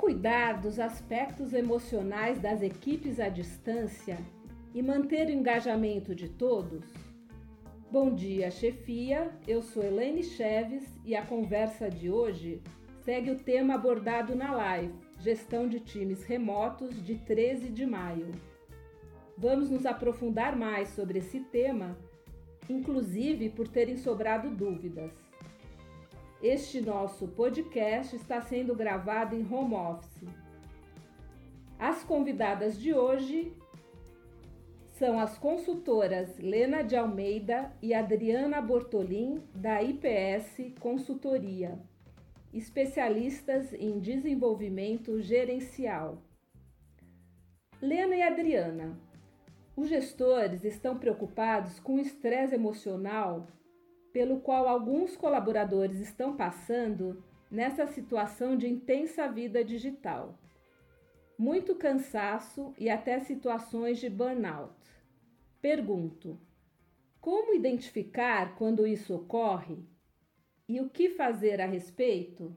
cuidar dos aspectos emocionais das equipes à distância e manter o engajamento de todos? Bom dia, chefia. Eu sou Elaine Cheves e a conversa de hoje segue o tema abordado na live Gestão de Times Remotos de 13 de maio. Vamos nos aprofundar mais sobre esse tema, inclusive por terem sobrado dúvidas. Este nosso podcast está sendo gravado em home office. As convidadas de hoje são as consultoras Lena de Almeida e Adriana Bortolin, da IPS Consultoria, especialistas em desenvolvimento gerencial. Lena e Adriana, os gestores estão preocupados com o estresse emocional pelo qual alguns colaboradores estão passando nessa situação de intensa vida digital. Muito cansaço e até situações de burnout. Pergunto: como identificar quando isso ocorre e o que fazer a respeito?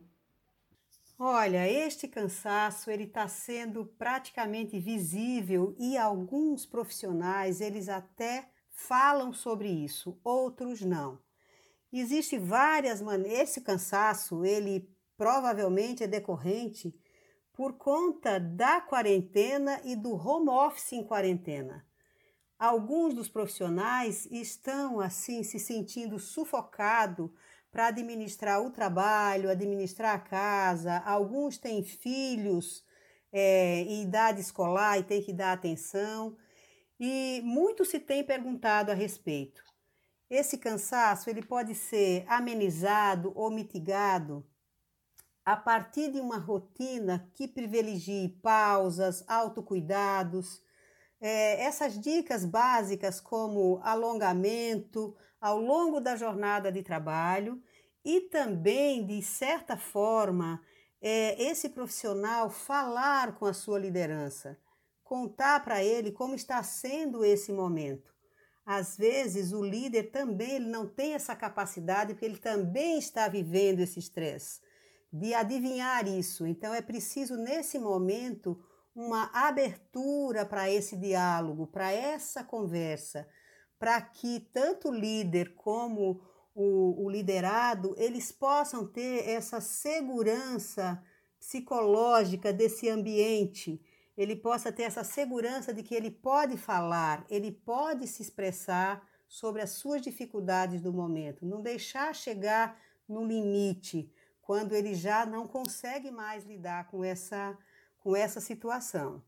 Olha, este cansaço ele está sendo praticamente visível e alguns profissionais eles até falam sobre isso, outros não. Existem várias maneiras. Esse cansaço ele provavelmente é decorrente por conta da quarentena e do home office em quarentena. Alguns dos profissionais estão assim se sentindo sufocados para administrar o trabalho, administrar a casa. Alguns têm filhos em idade escolar e têm que dar atenção. E muito se tem perguntado a respeito. Esse cansaço ele pode ser amenizado ou mitigado a partir de uma rotina que privilegie pausas, autocuidados, essas dicas básicas como alongamento ao longo da jornada de trabalho e também, de certa forma, esse profissional falar com a sua liderança, contar para ele como está sendo esse momento. Às vezes o líder também ele não tem essa capacidade porque ele também está vivendo esse estresse, de adivinhar isso. Então é preciso nesse momento uma abertura para esse diálogo, para essa conversa, para que tanto o líder como o liderado, eles possam ter essa segurança psicológica desse ambiente, ele possa ter essa segurança de que ele pode falar, ele pode se expressar sobre as suas dificuldades do momento, não deixar chegar no limite, quando ele já não consegue mais lidar com essa situação.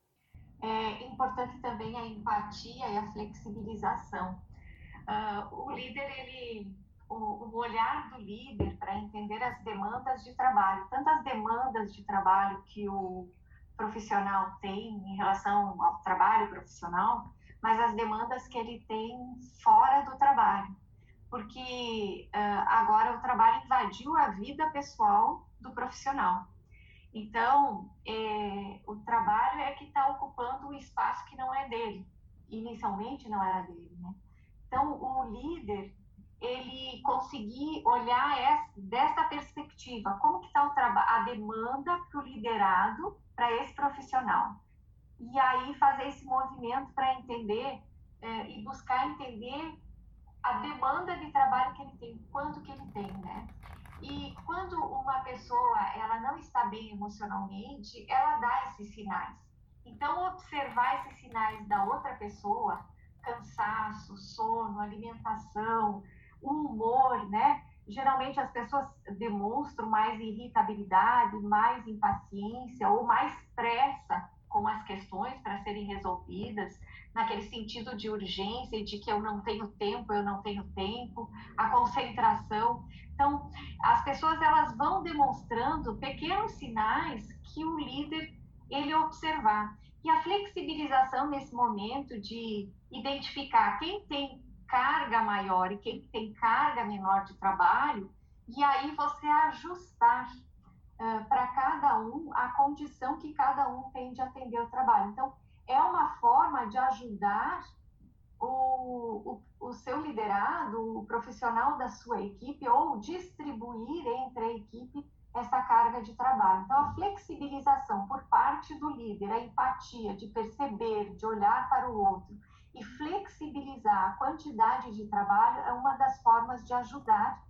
É importante também a empatia e a flexibilização. O líder, o olhar do líder para entender as demandas de trabalho, tanto as demandas de trabalho que o profissional tem em relação ao trabalho profissional, mas as demandas que ele tem fora do trabalho. Porque agora o trabalho invadiu a vida pessoal do profissional. Então, o trabalho é que está ocupando um espaço que não é dele. Inicialmente não era dele, né? Então, o líder, ele conseguir olhar dessa perspectiva, como que está a demanda para o liderado, para esse profissional. E aí fazer esse movimento para entender e buscar entender a demanda de trabalho que ele tem, quanto que ele tem, né? E quando uma pessoa ela não está bem emocionalmente, ela dá esses sinais. Então, observar esses sinais da outra pessoa, cansaço, sono, alimentação, o humor, né? Geralmente as pessoas demonstram mais irritabilidade, mais impaciência ou mais pressa com as questões para serem resolvidas, naquele sentido de urgência e de que eu não tenho tempo, a concentração. Então, as pessoas elas vão demonstrando pequenos sinais que o líder ele observar. E a flexibilização nesse momento de identificar quem tem carga maior e quem tem carga menor de trabalho, e aí você ajustar para cada um a condição que cada um tem de atender o trabalho. Então, é uma forma de ajudar o seu liderado, o profissional da sua equipe, ou distribuir entre a equipe essa carga de trabalho. Então, a flexibilização por parte do líder, a empatia de perceber, de olhar para o outro e flexibilizar a quantidade de trabalho é uma das formas de ajudar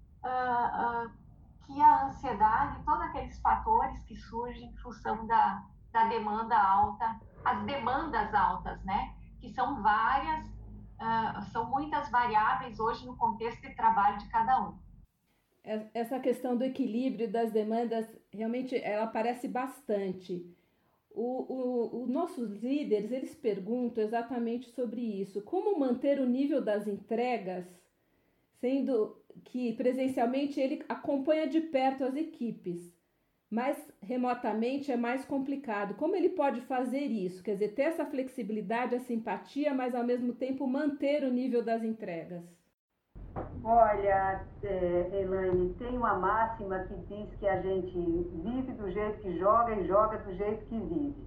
que a ansiedade e todos aqueles fatores que surgem em função da demanda alta, as demandas altas, né? Que são várias, são muitas variáveis hoje no contexto de trabalho de cada um. Essa questão do equilíbrio das demandas, realmente, ela aparece bastante. Os nossos líderes, eles perguntam exatamente sobre isso. Como manter o nível das entregas, sendo que presencialmente ele acompanha de perto as equipes, mas remotamente é mais complicado. Como ele pode fazer isso? Quer dizer, ter essa flexibilidade, essa empatia, mas ao mesmo tempo manter o nível das entregas? Olha, Elaine, tem uma máxima que diz que a gente vive do jeito que joga e joga do jeito que vive.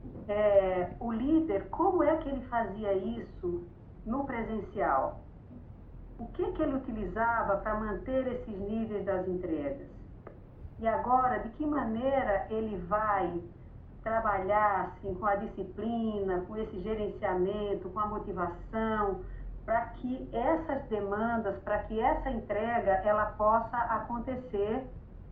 O líder, como é que ele fazia isso no presencial? O que ele utilizava para manter esses níveis das entregas? E agora, de que maneira ele vai trabalhar assim, com a disciplina, com esse gerenciamento, com a motivação, para que essas demandas, para que essa entrega, ela possa acontecer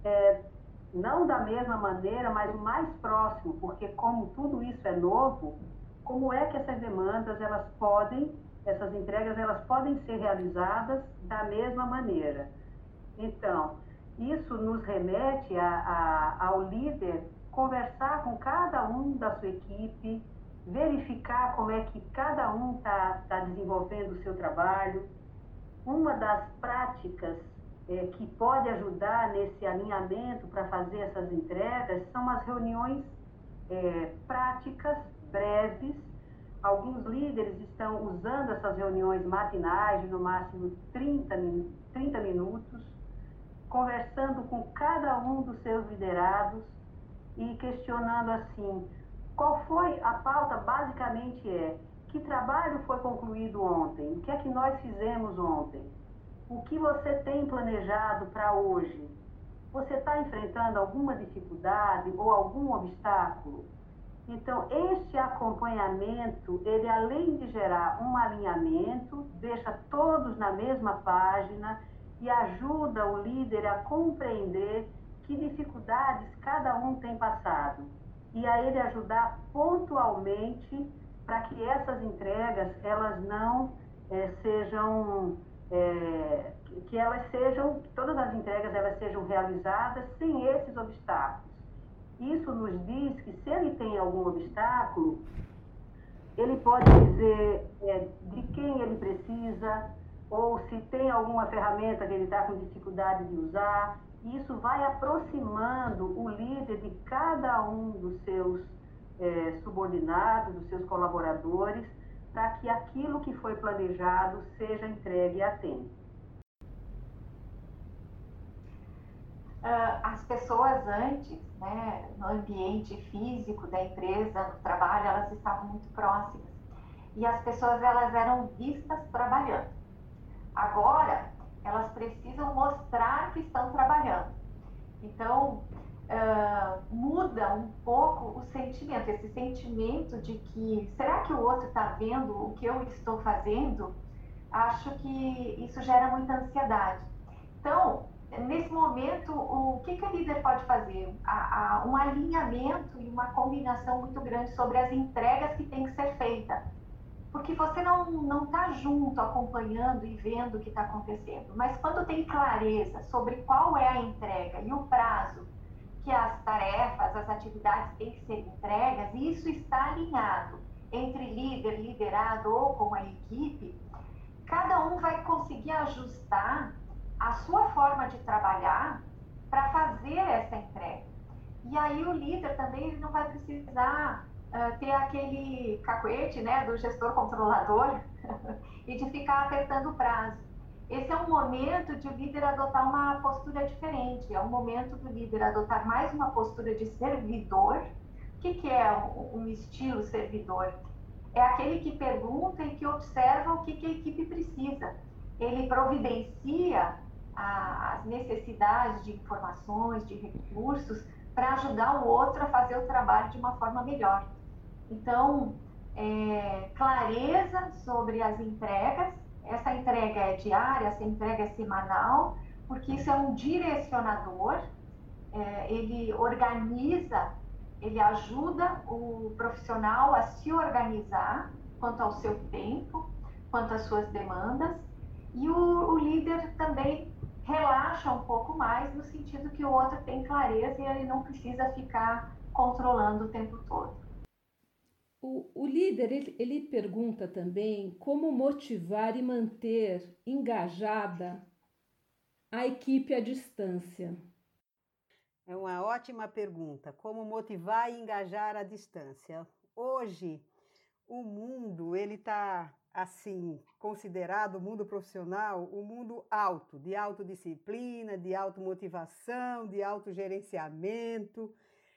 não da mesma maneira, mas o mais próximo, porque como tudo isso é novo, como é que essas demandas, essas entregas, elas podem ser realizadas da mesma maneira? Então, isso nos remete ao líder conversar com cada um da sua equipe, verificar como é que cada um está desenvolvendo o seu trabalho. Uma das práticas que pode ajudar nesse alinhamento para fazer essas entregas são as reuniões práticas, breves. Alguns líderes estão usando essas reuniões matinais de no máximo 30 minutos, conversando com cada um dos seus liderados e questionando assim, qual foi a pauta? Basicamente que trabalho foi concluído ontem? O que é que nós fizemos ontem? O que você tem planejado para hoje? Você está enfrentando alguma dificuldade ou algum obstáculo? Então, este acompanhamento, ele além de gerar um alinhamento, deixa todos na mesma página e ajuda o líder a compreender que dificuldades cada um tem passado. E a ele ajudar pontualmente para que essas entregas, elas não sejam... todas as entregas elas sejam realizadas sem esses obstáculos. Isso nos diz que se ele tem algum obstáculo, ele pode dizer de quem ele precisa, ou se tem alguma ferramenta que ele está com dificuldade de usar. Isso vai aproximando o líder de cada um dos seus subordinados, dos seus colaboradores, para que aquilo que foi planejado seja entregue a tempo. As pessoas antes, né, no ambiente físico da empresa, no trabalho, elas estavam muito próximas. E as pessoas, elas eram vistas trabalhando. Agora, elas precisam mostrar que estão trabalhando. Então, muda um pouco o sentimento, esse sentimento de que, será que o outro está vendo o que eu estou fazendo? Acho que isso gera muita ansiedade. Então, nesse momento, o que o líder pode fazer? Um alinhamento e uma combinação muito grande sobre as entregas que tem que ser feita. Porque você não está junto, acompanhando e vendo o que está acontecendo. Mas quando tem clareza sobre qual é a entrega e o prazo que as tarefas, as atividades têm que ser entregas, e isso está alinhado entre líder, liderado ou com a equipe, cada um vai conseguir ajustar a sua forma de trabalhar para fazer essa entrega. E aí o líder também ele não vai precisar ter aquele cacuete, né, do gestor controlador e de ficar apertando o prazo. Esse é um momento de o líder adotar uma postura diferente, é um momento do líder adotar mais uma postura de servidor. O que é um estilo servidor? É aquele que pergunta e que observa o que a equipe precisa. Ele providencia as necessidades de informações, de recursos, para ajudar o outro a fazer o trabalho de uma forma melhor. Então, clareza sobre as entregas, essa entrega é diária, essa entrega é semanal, porque isso é um direcionador, ele organiza, ele ajuda o profissional a se organizar quanto ao seu tempo, quanto às suas demandas, e o líder também relaxa um pouco mais, no sentido que o outro tem clareza e ele não precisa ficar controlando o tempo todo. O líder, ele pergunta também como motivar e manter engajada a equipe à distância. É uma ótima pergunta. Como motivar e engajar à distância? Hoje, o mundo, ele está, assim, considerado, o mundo profissional, o mundo alto, de autodisciplina, de automotivação, de autogerenciamento.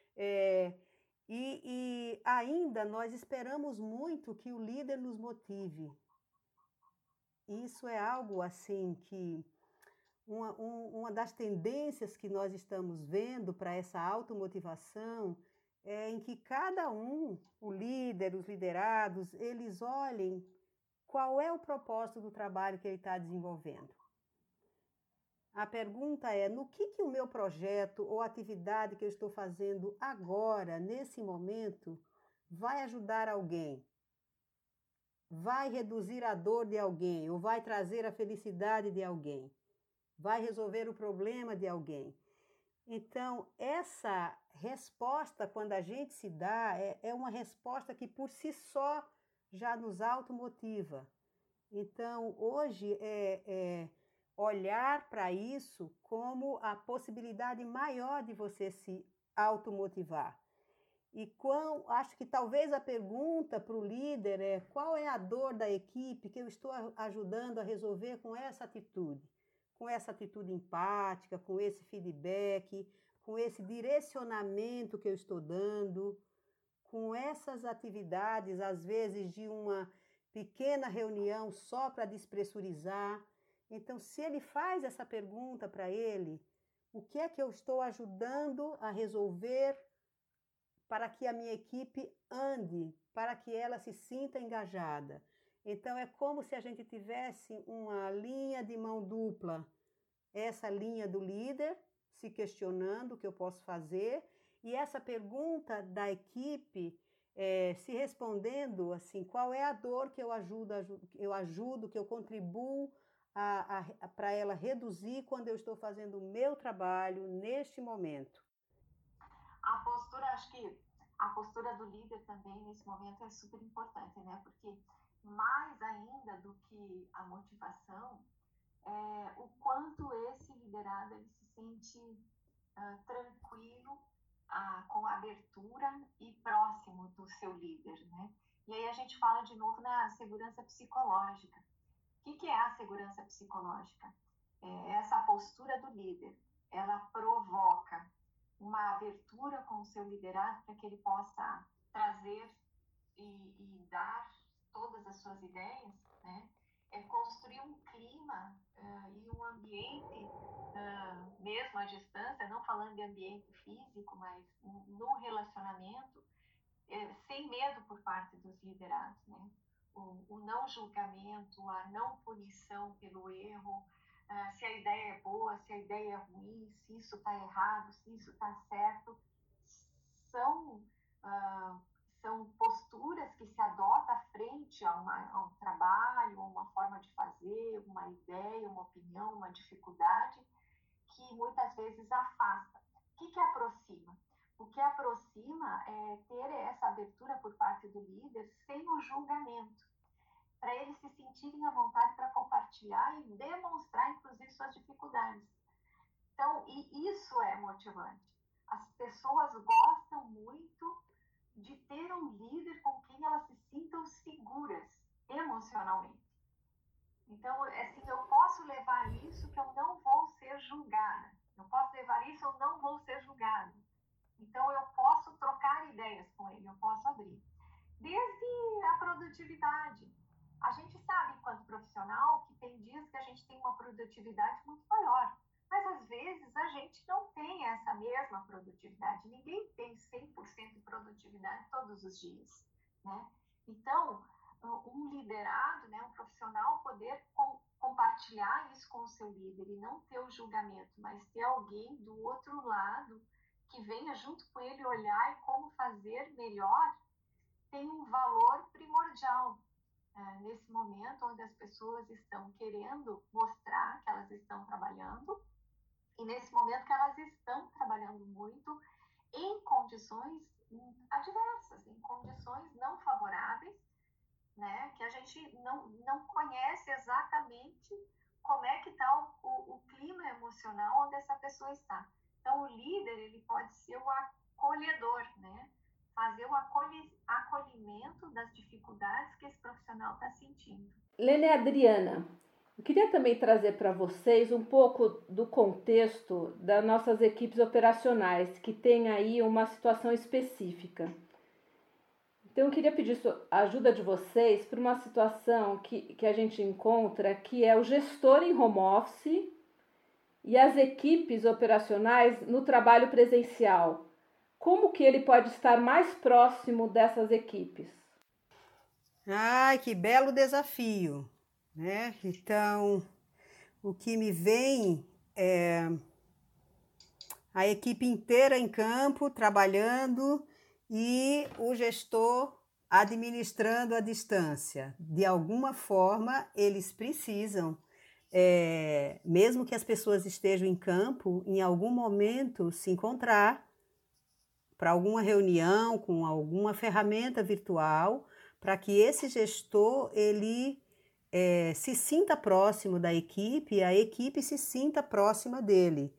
E ainda nós esperamos muito que o líder nos motive. Isso é algo assim que uma das tendências que nós estamos vendo para essa automotivação é em que cada um, o líder, os liderados, eles olhem qual é o propósito do trabalho que ele está desenvolvendo. A pergunta é, no que o meu projeto ou atividade que eu estou fazendo agora, nesse momento, vai ajudar alguém? Vai reduzir a dor de alguém ou vai trazer a felicidade de alguém? Vai resolver o problema de alguém? Então, essa resposta, quando a gente se dá, é uma resposta que por si só já nos automotiva. Então, hoje olhar para isso como a possibilidade maior de você se automotivar. E acho que talvez a pergunta para o líder é qual é a dor da equipe que eu estou ajudando a resolver com essa atitude empática, com esse feedback, com esse direcionamento que eu estou dando, com essas atividades, às vezes de uma pequena reunião só para despressurizar. Então, se ele faz essa pergunta para ele, o que é que eu estou ajudando a resolver para que a minha equipe ande, para que ela se sinta engajada? Então, é como se a gente tivesse uma linha de mão dupla. Essa linha do líder se questionando o que eu posso fazer e essa pergunta da equipe se respondendo assim, qual é a dor que eu ajudo, que eu contribuo para ela reduzir quando eu estou fazendo o meu trabalho neste momento. Acho que a postura do líder também nesse momento é super importante, né? Porque mais ainda do que a motivação, o quanto esse liderado ele se sente tranquilo, com abertura e próximo do seu líder, né? E aí a gente fala de novo na segurança psicológica. O que é a segurança psicológica? Essa postura do líder, ela provoca uma abertura com o seu liderado para que ele possa trazer e dar todas as suas ideias, né? Construir um clima e um ambiente, mesmo à distância, não falando de ambiente físico, mas no relacionamento, sem medo por parte dos liderados, né? O não julgamento, a não punição pelo erro, se a ideia é boa, se a ideia é ruim, se isso está errado, se isso está certo, são posturas que se adota frente a um trabalho, a uma forma de fazer, uma ideia, uma opinião, uma dificuldade, que muitas vezes afasta. O que aproxima? O que aproxima é ter essa abertura por parte do líder sem o julgamento, para eles se sentirem à vontade para compartilhar e demonstrar, inclusive, suas dificuldades. Então, e isso é motivante. As pessoas gostam muito de ter um líder com quem elas se sintam seguras emocionalmente. Então, assim, eu posso levar isso que eu não vou ser julgada. Eu posso levar isso, eu não vou ser julgada. Então, eu posso trocar ideias com ele, eu posso abrir. Desde a produtividade. A gente sabe, enquanto profissional, que tem dias que a gente tem uma produtividade muito maior. Mas, às vezes, a gente não tem essa mesma produtividade. Ninguém tem 100% de produtividade todos os dias, né? Então, um liderado, né, um profissional, poder compartilhar isso com o seu líder e não ter o julgamento, mas ter alguém do outro lado que venha junto com ele olhar e como fazer melhor, tem um valor primordial nesse momento onde as pessoas estão querendo mostrar que elas estão trabalhando e nesse momento que elas estão trabalhando muito em condições adversas, em condições não favoráveis, né, que a gente não conhece exatamente como é que está o clima emocional onde essa pessoa está. Então, o líder, ele pode ser o acolhedor, né, fazer o acolhimento das dificuldades que esse profissional está sentindo. Lene e Adriana, eu queria também trazer para vocês um pouco do contexto das nossas equipes operacionais, que tem aí uma situação específica. Então, eu queria pedir a ajuda de vocês para uma situação que a gente encontra, que é o gestor em home office e as equipes operacionais no trabalho presencial. Como que ele pode estar mais próximo dessas equipes? Ai, que belo desafio, né? Então, o que me vem é a equipe inteira em campo, trabalhando, e o gestor administrando a distância. De alguma forma, eles precisam, mesmo que as pessoas estejam em campo, em algum momento se encontrar para alguma reunião com alguma ferramenta virtual, para que esse gestor ele se sinta próximo da equipe e a equipe se sinta próxima dele.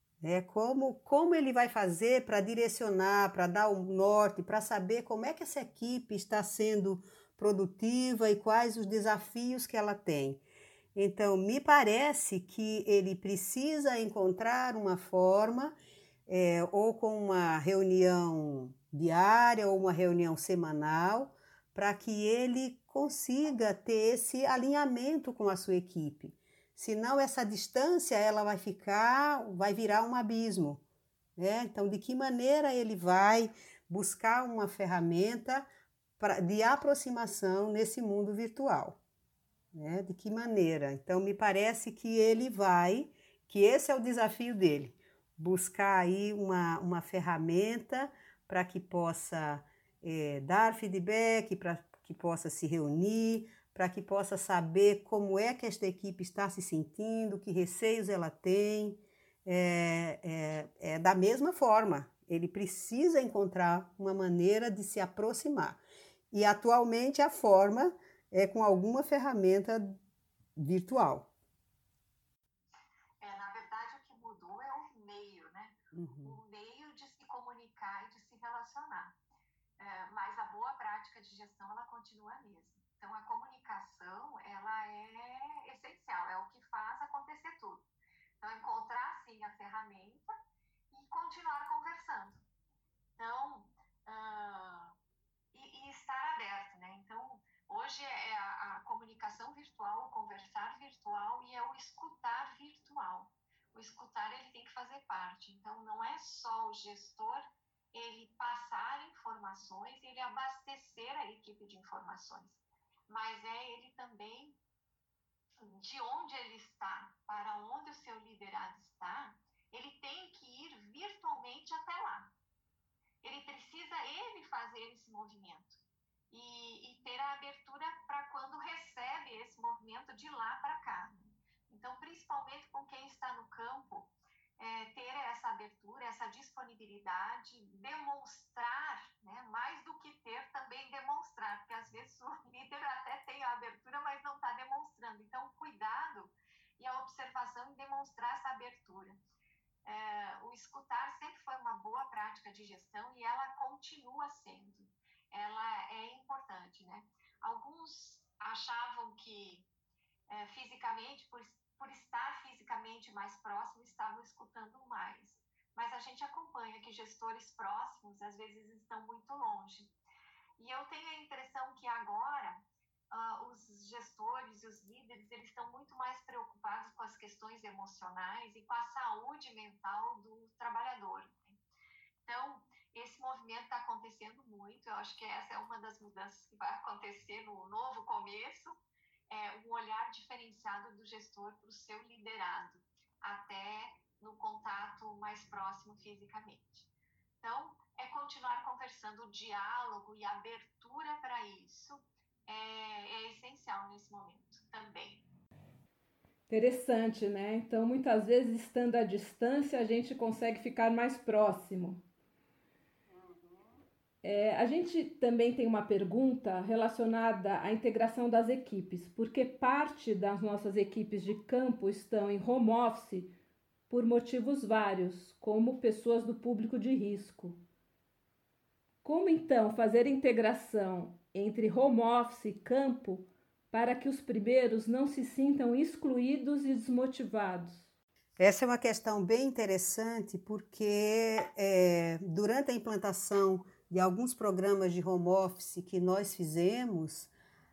Como ele vai fazer para direcionar, para dar o norte, para saber como é que essa equipe está sendo produtiva e quais os desafios que ela tem. Então, me parece que ele precisa encontrar uma forma, ou com uma reunião diária ou uma reunião semanal, para que ele consiga ter esse alinhamento com a sua equipe. Senão essa distância ela vai virar um abismo, né? Então, de que maneira ele vai buscar uma ferramenta de aproximação nesse mundo virtual, né? De que maneira? Então, me parece que que esse é o desafio dele, buscar aí uma ferramenta para que possa dar feedback, para que possa se reunir, para que possa saber como é que esta equipe está se sentindo, que receios ela tem. Da mesma forma, ele precisa encontrar uma maneira de se aproximar. E atualmente a forma é com alguma ferramenta virtual. Na verdade, o que mudou é o meio, né? Uhum. O meio de se comunicar e de se relacionar. Mas a boa prática de gestão, ela continua a mesma. Então, a comunicação, ela é essencial, é o que faz acontecer tudo. Então, encontrar, sim, a ferramenta e continuar conversando. Então, e estar aberto, né? Então, hoje é a comunicação virtual, o conversar virtual e é o escutar virtual. O escutar, ele tem que fazer parte. Então, não é só o gestor ele passar informações, ele abastecer a equipe de informações, mas é ele também, de onde ele está, para onde o seu liderado está, ele tem que ir virtualmente até lá. Ele precisa fazer esse movimento e ter a abertura para quando recebe esse movimento de lá para cá. Então, principalmente com quem está no campo, ter essa abertura, essa disponibilidade, demonstrar, né? Mais do que ter, também demonstrar, porque às vezes o líder até tem a abertura, mas não está demonstrando. Então, cuidado e a observação em demonstrar essa abertura. O escutar sempre foi uma boa prática de gestão e ela continua sendo. Ela é importante, né? Alguns achavam que fisicamente, por estar fisicamente mais próximo, estavam escutando mais. Mas a gente acompanha que gestores próximos, às vezes, estão muito longe. E eu tenho a impressão que agora os gestores e os líderes, eles estão muito mais preocupados emocionais e com a saúde mental do trabalhador. Então, esse movimento está acontecendo muito. Eu acho que essa é uma das mudanças que vai acontecer no novo começo, um olhar diferenciado do gestor para o seu liderado, até no contato mais próximo fisicamente. Então, continuar conversando, o diálogo e a abertura para isso é essencial nesse momento também. Interessante, né? Então, muitas vezes, estando à distância, a gente consegue ficar mais próximo. A gente também tem uma pergunta relacionada à integração das equipes, porque parte das nossas equipes de campo estão em home office por motivos vários, como pessoas do público de risco. Como então fazer a integração entre home office e campo para que os primeiros não se sintam excluídos e desmotivados? Essa é uma questão bem interessante porque durante a implantação de alguns programas de home office que nós fizemos,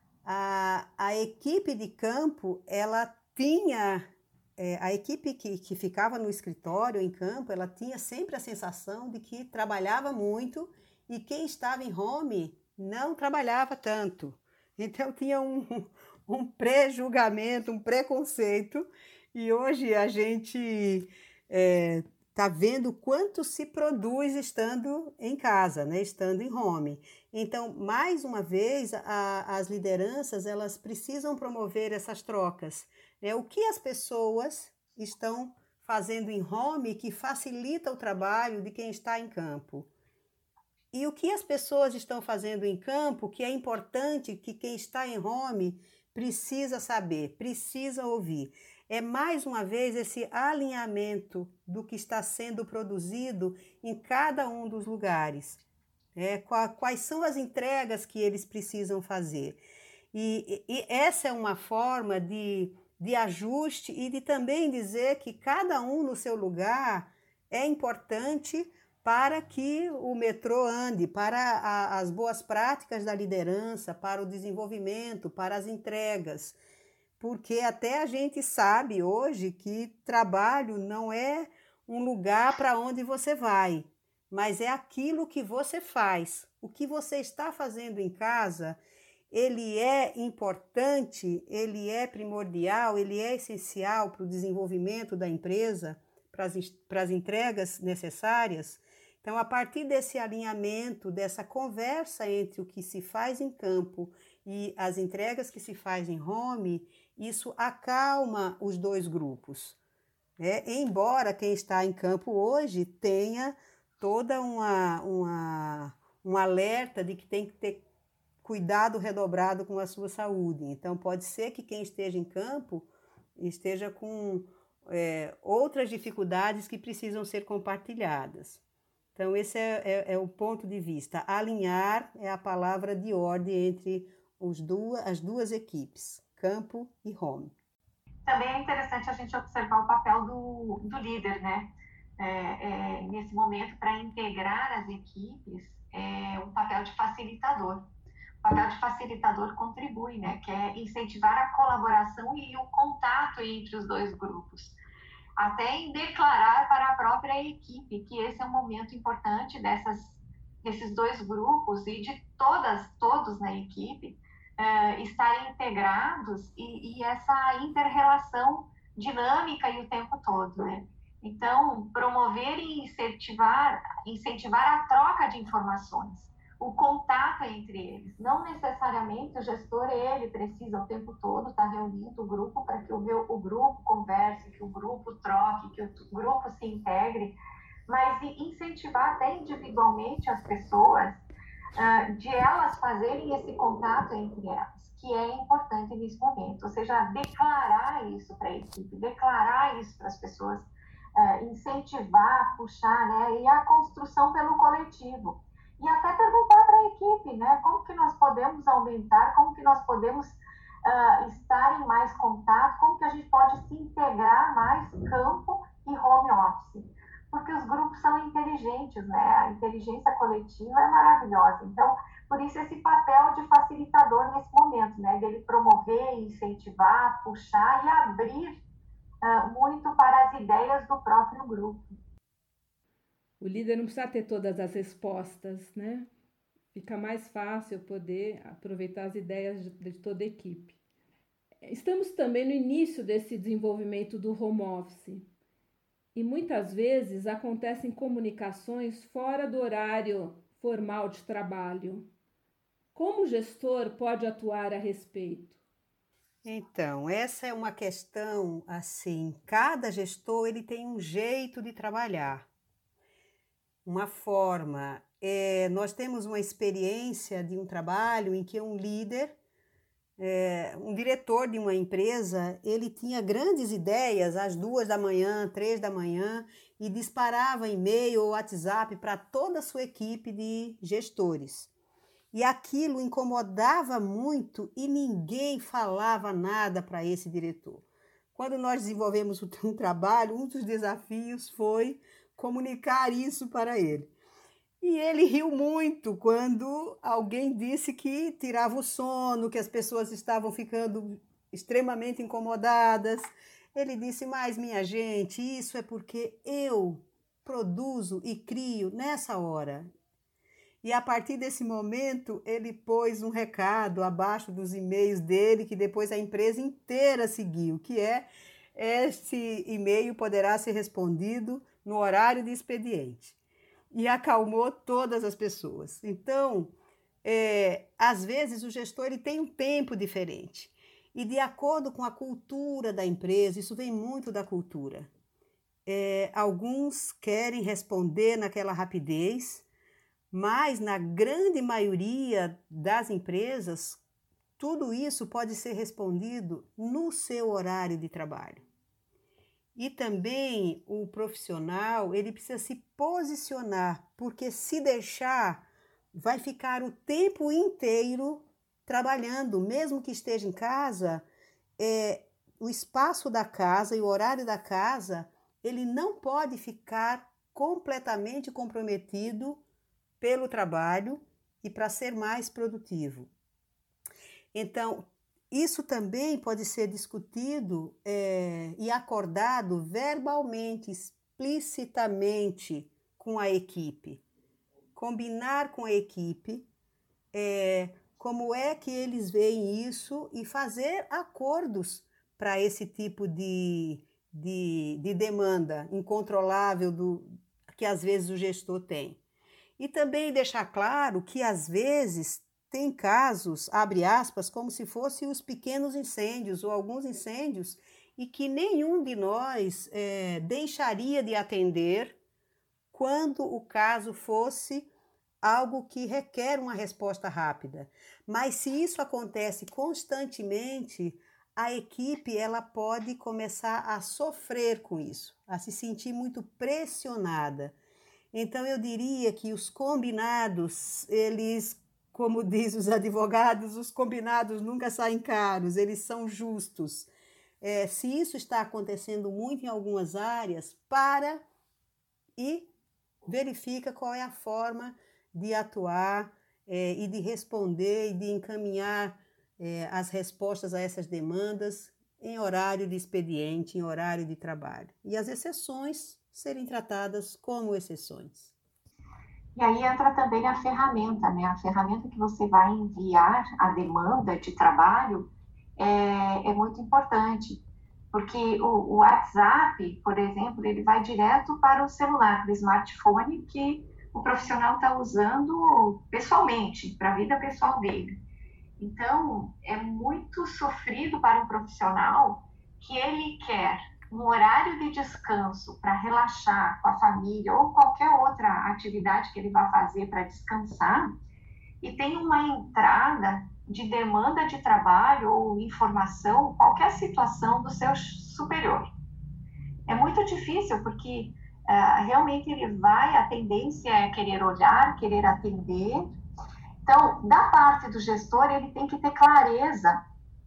a equipe de campo, ela tinha, a equipe que ficava no escritório, em campo, ela tinha sempre a sensação de que trabalhava muito e quem estava em home não trabalhava tanto. Então tinha um pré-julgamento, um preconceito, e hoje a gente está vendo quanto se produz estando em casa, né? Estando em home. Então, mais uma vez, as lideranças elas precisam promover essas trocas. Né? O que as pessoas estão fazendo em home que facilita o trabalho de quem está em campo? E o que as pessoas estão fazendo em campo que é importante que quem está em home precisa saber, precisa ouvir? É mais uma vez esse alinhamento do que está sendo produzido em cada um dos lugares. Quais são as entregas que eles precisam fazer? E essa é uma forma de ajuste e de também dizer que cada um no seu lugar é importante para que o metrô ande, para as boas práticas da liderança, para o desenvolvimento, para as entregas. Porque até a gente sabe hoje que trabalho não é um lugar para onde você vai, mas é aquilo que você faz. O que você está fazendo em casa, ele é importante, ele é primordial, ele é essencial para o desenvolvimento da empresa, para as entregas necessárias. Então, a partir desse alinhamento, dessa conversa entre o que se faz em campo e as entregas que se faz em home, isso acalma os dois grupos. Embora quem está em campo hoje tenha toda um alerta de que tem que ter cuidado redobrado com a sua saúde. Então, pode ser que quem esteja em campo esteja com outras dificuldades que precisam ser compartilhadas. Então, esse é o ponto de vista. Alinhar é a palavra de ordem entre as duas equipes, campo e home. Também é interessante a gente observar o papel do líder, né? Nesse momento, para integrar as equipes, um papel de facilitador. O papel de facilitador contribui, né? Que é incentivar a colaboração e o contato entre os dois grupos. Até em declarar para a própria equipe que esse é um momento importante desses dois grupos e de todos na equipe estarem integrados e essa inter-relação dinâmica e o tempo todo, né? Então, promover e incentivar a troca de informações, o contato entre eles. Não necessariamente o gestor, ele precisa o tempo todo estar reunindo o grupo para que o grupo converse, que o grupo troque, que o grupo se integre, mas incentivar até individualmente as pessoas de elas fazerem esse contato entre elas, que é importante nesse momento. Ou seja, declarar isso para a equipe, declarar isso para as pessoas, incentivar, puxar, né? E a construção pelo coletivo. E até perguntar para a equipe, né? Como que nós podemos aumentar, como que nós podemos estar em mais contato, como que a gente pode se integrar mais campo e home office. Porque os grupos são inteligentes, né? A inteligência coletiva é maravilhosa. Então, por isso esse papel de facilitador nesse momento, né? Dele promover, incentivar, puxar e abrir muito para as ideias do próprio grupo. O líder não precisa ter todas as respostas, né? Fica mais fácil poder aproveitar as ideias de toda a equipe. Estamos também no início desse desenvolvimento do home office e muitas vezes acontecem comunicações fora do horário formal de trabalho. Como o gestor pode atuar a respeito? Então, essa é uma questão, assim, cada gestor ele tem um jeito de trabalhar, uma forma. Nós temos uma experiência de um trabalho em que um líder, um diretor de uma empresa, ele tinha grandes ideias às 2 da manhã, 3 da manhã e disparava e-mail ou WhatsApp para toda a sua equipe de gestores. E aquilo incomodava muito e ninguém falava nada para esse diretor. Quando nós desenvolvemos um trabalho, um dos desafios foi comunicar isso para ele. E ele riu muito quando alguém disse que tirava o sono, que as pessoas estavam ficando extremamente incomodadas. Ele disse, mas minha gente, isso é porque eu produzo e crio nessa hora. E a partir desse momento, ele pôs um recado abaixo dos e-mails dele, que depois a empresa inteira seguiu, que este e-mail poderá ser respondido no horário de expediente. E acalmou todas as pessoas. Então, às vezes o gestor ele tem um tempo diferente. E de acordo com a cultura da empresa, isso vem muito da cultura. Alguns querem responder naquela rapidez, mas na grande maioria das empresas, tudo isso pode ser respondido no seu horário de trabalho. E também o profissional, ele precisa se posicionar, porque se deixar, vai ficar o tempo inteiro trabalhando, mesmo que esteja em casa, o espaço da casa e o horário da casa, ele não pode ficar completamente comprometido pelo trabalho e para ser mais produtivo. Então, isso também pode ser discutido e acordado verbalmente, explicitamente com a equipe. Combinar com a equipe como é que eles veem isso e fazer acordos para esse tipo de demanda incontrolável que às vezes o gestor tem. E também deixar claro que às vezes tem casos, abre aspas, como se fossem os pequenos incêndios ou alguns incêndios e que nenhum de nós deixaria de atender quando o caso fosse algo que requer uma resposta rápida. Mas se isso acontece constantemente, a equipe ela pode começar a sofrer com isso, a se sentir muito pressionada. Então eu diria que os combinados, eles, como diz os advogados, os combinados nunca saem caros, eles são justos. Se isso está acontecendo muito em algumas áreas, para e verifica qual é a forma de atuar e de responder e de encaminhar as respostas a essas demandas em horário de expediente, em horário de trabalho. E as exceções serem tratadas como exceções. E aí entra também a ferramenta, né? A ferramenta que você vai enviar a demanda de trabalho é muito importante, porque o WhatsApp, por exemplo, ele vai direto para o celular, para o smartphone que o profissional está usando pessoalmente, para a vida pessoal dele. Então, é muito sofrido para um profissional que ele quer um horário de descanso para relaxar com a família ou qualquer outra atividade que ele vai fazer para descansar e tem uma entrada de demanda de trabalho ou informação, qualquer situação do seu superior. É muito difícil porque realmente a tendência é querer olhar, querer atender. Então, da parte do gestor, ele tem que ter clareza.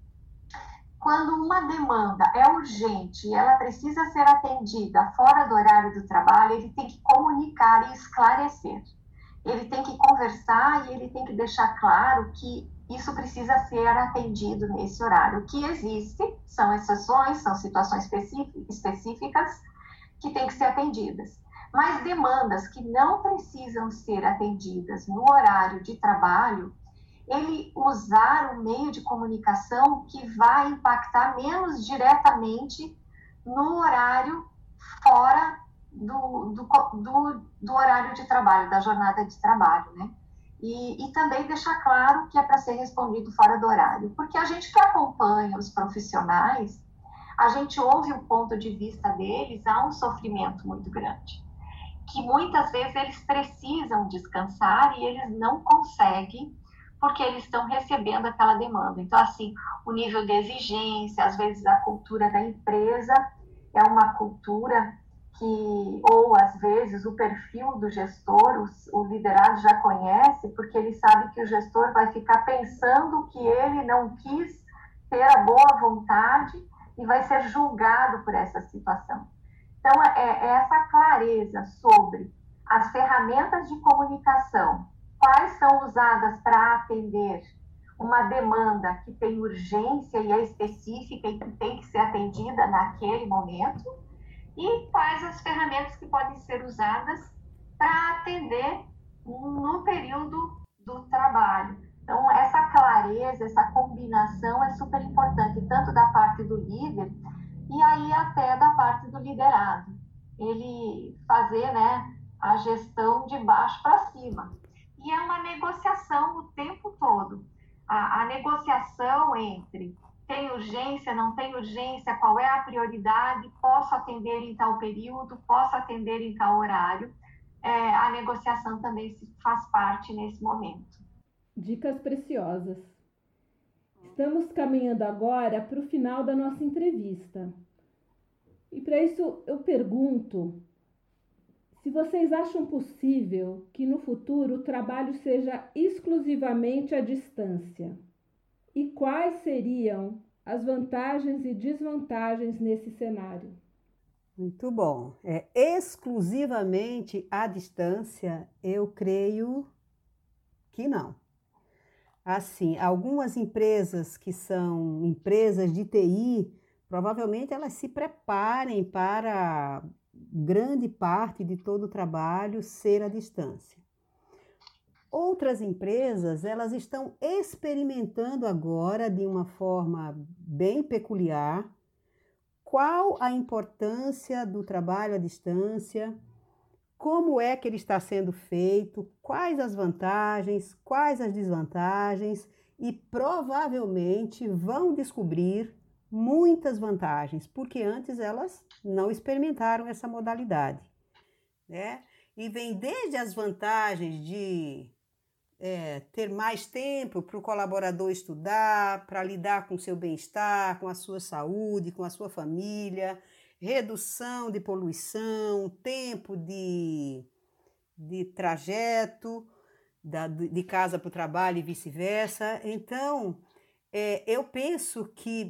Quando uma demanda é urgente e ela precisa ser atendida fora do horário do trabalho, ele tem que comunicar e esclarecer. Ele tem que conversar e ele tem que deixar claro que isso precisa ser atendido nesse horário. O que existe são exceções, são situações específicas que têm que ser atendidas. Mas demandas que não precisam ser atendidas no horário de trabalho, ele usar o meio de comunicação que vai impactar menos diretamente no horário fora do horário de trabalho, da jornada de trabalho, né? E também deixar claro que é para ser respondido fora do horário, porque a gente que acompanha os profissionais, a gente ouve o ponto de vista deles, há um sofrimento muito grande, que muitas vezes eles precisam descansar e eles não conseguem, porque eles estão recebendo aquela demanda. Então, assim, o nível de exigência, às vezes a cultura da empresa é uma cultura que, ou às vezes o perfil do gestor, o liderado já conhece, porque ele sabe que o gestor vai ficar pensando que ele não quis ter a boa vontade e vai ser julgado por essa situação. Então, é essa clareza sobre as ferramentas de comunicação, quais são usadas para atender uma demanda que tem urgência e é específica e que tem que ser atendida naquele momento, e quais as ferramentas que podem ser usadas para atender no período do trabalho. Então, essa clareza, essa combinação é super importante, tanto da parte do líder e aí até da parte do liderado. Ele fazer, né, a gestão de baixo para cima. E é uma negociação o tempo todo. A negociação entre tem urgência, não tem urgência, qual é a prioridade, posso atender em tal período, posso atender em tal horário. A negociação também faz parte nesse momento. Dicas preciosas. Estamos caminhando agora para o final da nossa entrevista. E para isso eu pergunto se vocês acham possível que no futuro o trabalho seja exclusivamente à distância. E quais seriam as vantagens e desvantagens nesse cenário? Muito bom. Exclusivamente à distância, eu creio que não. Assim, algumas empresas que são empresas de TI, provavelmente elas se preparem para grande parte de todo o trabalho ser à distância. Outras empresas, elas estão experimentando agora, de uma forma bem peculiar, qual a importância do trabalho à distância, como é que ele está sendo feito, quais as vantagens, quais as desvantagens, e provavelmente vão descobrir muitas vantagens, porque antes elas não experimentaram essa modalidade, né? E vem desde as vantagens de ter mais tempo para o colaborador estudar, para lidar com o seu bem-estar, com a sua saúde, com a sua família, redução de poluição, tempo de trajeto de casa para o trabalho e vice-versa. Então, eu penso que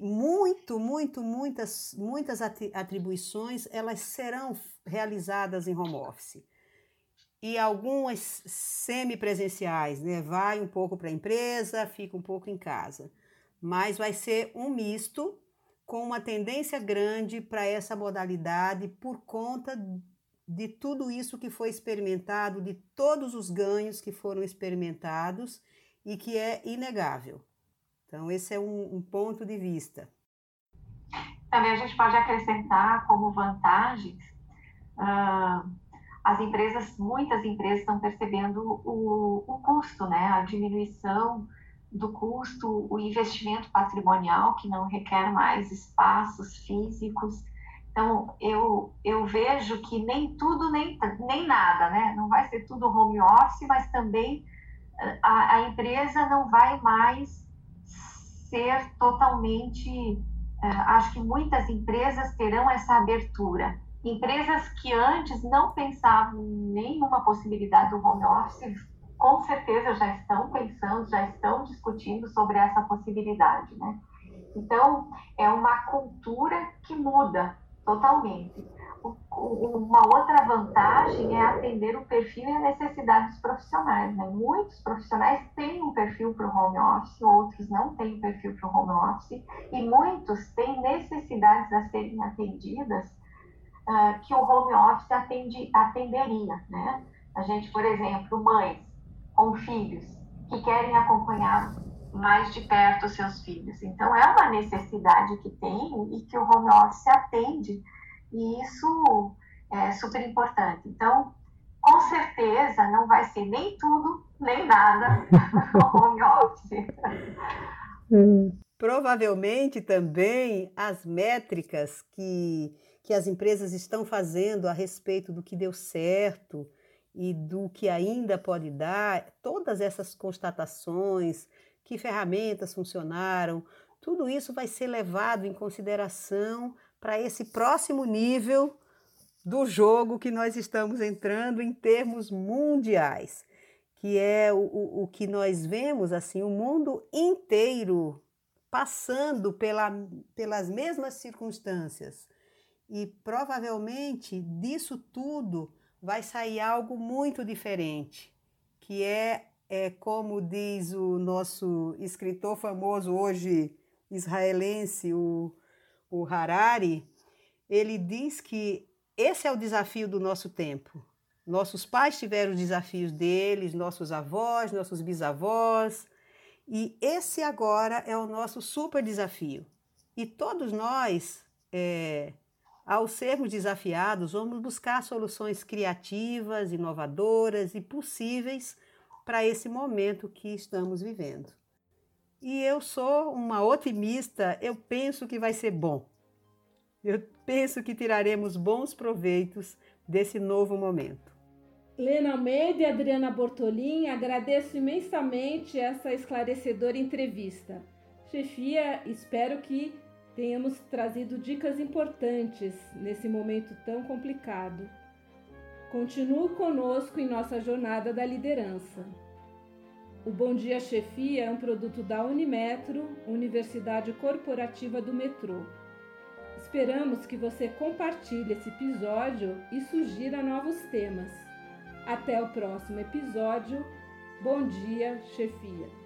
muitas atribuições elas serão realizadas em home office. E algumas semipresenciais, né? Vai um pouco para a empresa, fica um pouco em casa. Mas vai ser um misto com uma tendência grande para essa modalidade por conta de tudo isso que foi experimentado, de todos os ganhos que foram experimentados e que é inegável. Então, esse é um ponto de vista. Também a gente pode acrescentar como vantagens, muitas empresas estão percebendo o custo, né? A diminuição do custo, o investimento patrimonial, que não requer mais espaços físicos. Então, eu vejo que nem tudo, nem nada, né? Não vai ser tudo home office, mas também a empresa não vai mais ser totalmente... acho que muitas empresas terão essa abertura. Empresas que antes não pensavam em nenhuma possibilidade do home office, com certeza já estão pensando, já estão discutindo sobre essa possibilidade, né? Então, é uma cultura que muda totalmente. Uma outra vantagem é atender o perfil e a necessidade dos profissionais, né? Muitos profissionais têm um perfil para o home office, outros não têm perfil para o home office, e muitos têm necessidades a serem atendidas que o home office atenderia, né? A gente, por exemplo, mães com filhos que querem acompanhar mais de perto os seus filhos. Então, é uma necessidade que tem e que o home office atende, e isso é super importante. Então, com certeza, não vai ser nem tudo, nem nada no home office. Provavelmente também as métricas que as empresas estão fazendo a respeito do que deu certo e do que ainda pode dar, todas essas constatações, que ferramentas funcionaram, tudo isso vai ser levado em consideração para esse próximo nível do jogo que nós estamos entrando em termos mundiais, que é o que nós vemos, assim, o mundo inteiro passando pelas mesmas circunstâncias. E provavelmente disso tudo vai sair algo muito diferente, que é como diz o nosso escritor famoso hoje, israelense, o Harari, ele diz que esse é o desafio do nosso tempo. Nossos pais tiveram os desafios deles, nossos avós, nossos bisavós, e esse agora é o nosso super desafio. E todos nós, ao sermos desafiados, vamos buscar soluções criativas, inovadoras e possíveis para esse momento que estamos vivendo. E eu sou uma otimista, eu penso que vai ser bom. Eu penso que tiraremos bons proveitos desse novo momento. Lena Almeida e Adriana Bortolin, agradeço imensamente essa esclarecedora entrevista. Chefia, espero que tenhamos trazido dicas importantes nesse momento tão complicado. Continue conosco em nossa jornada da liderança. O Bom Dia Chefia é um produto da Unimetro, Universidade Corporativa do Metrô. Esperamos que você compartilhe esse episódio e sugira novos temas. Até o próximo episódio. Bom dia, Chefia!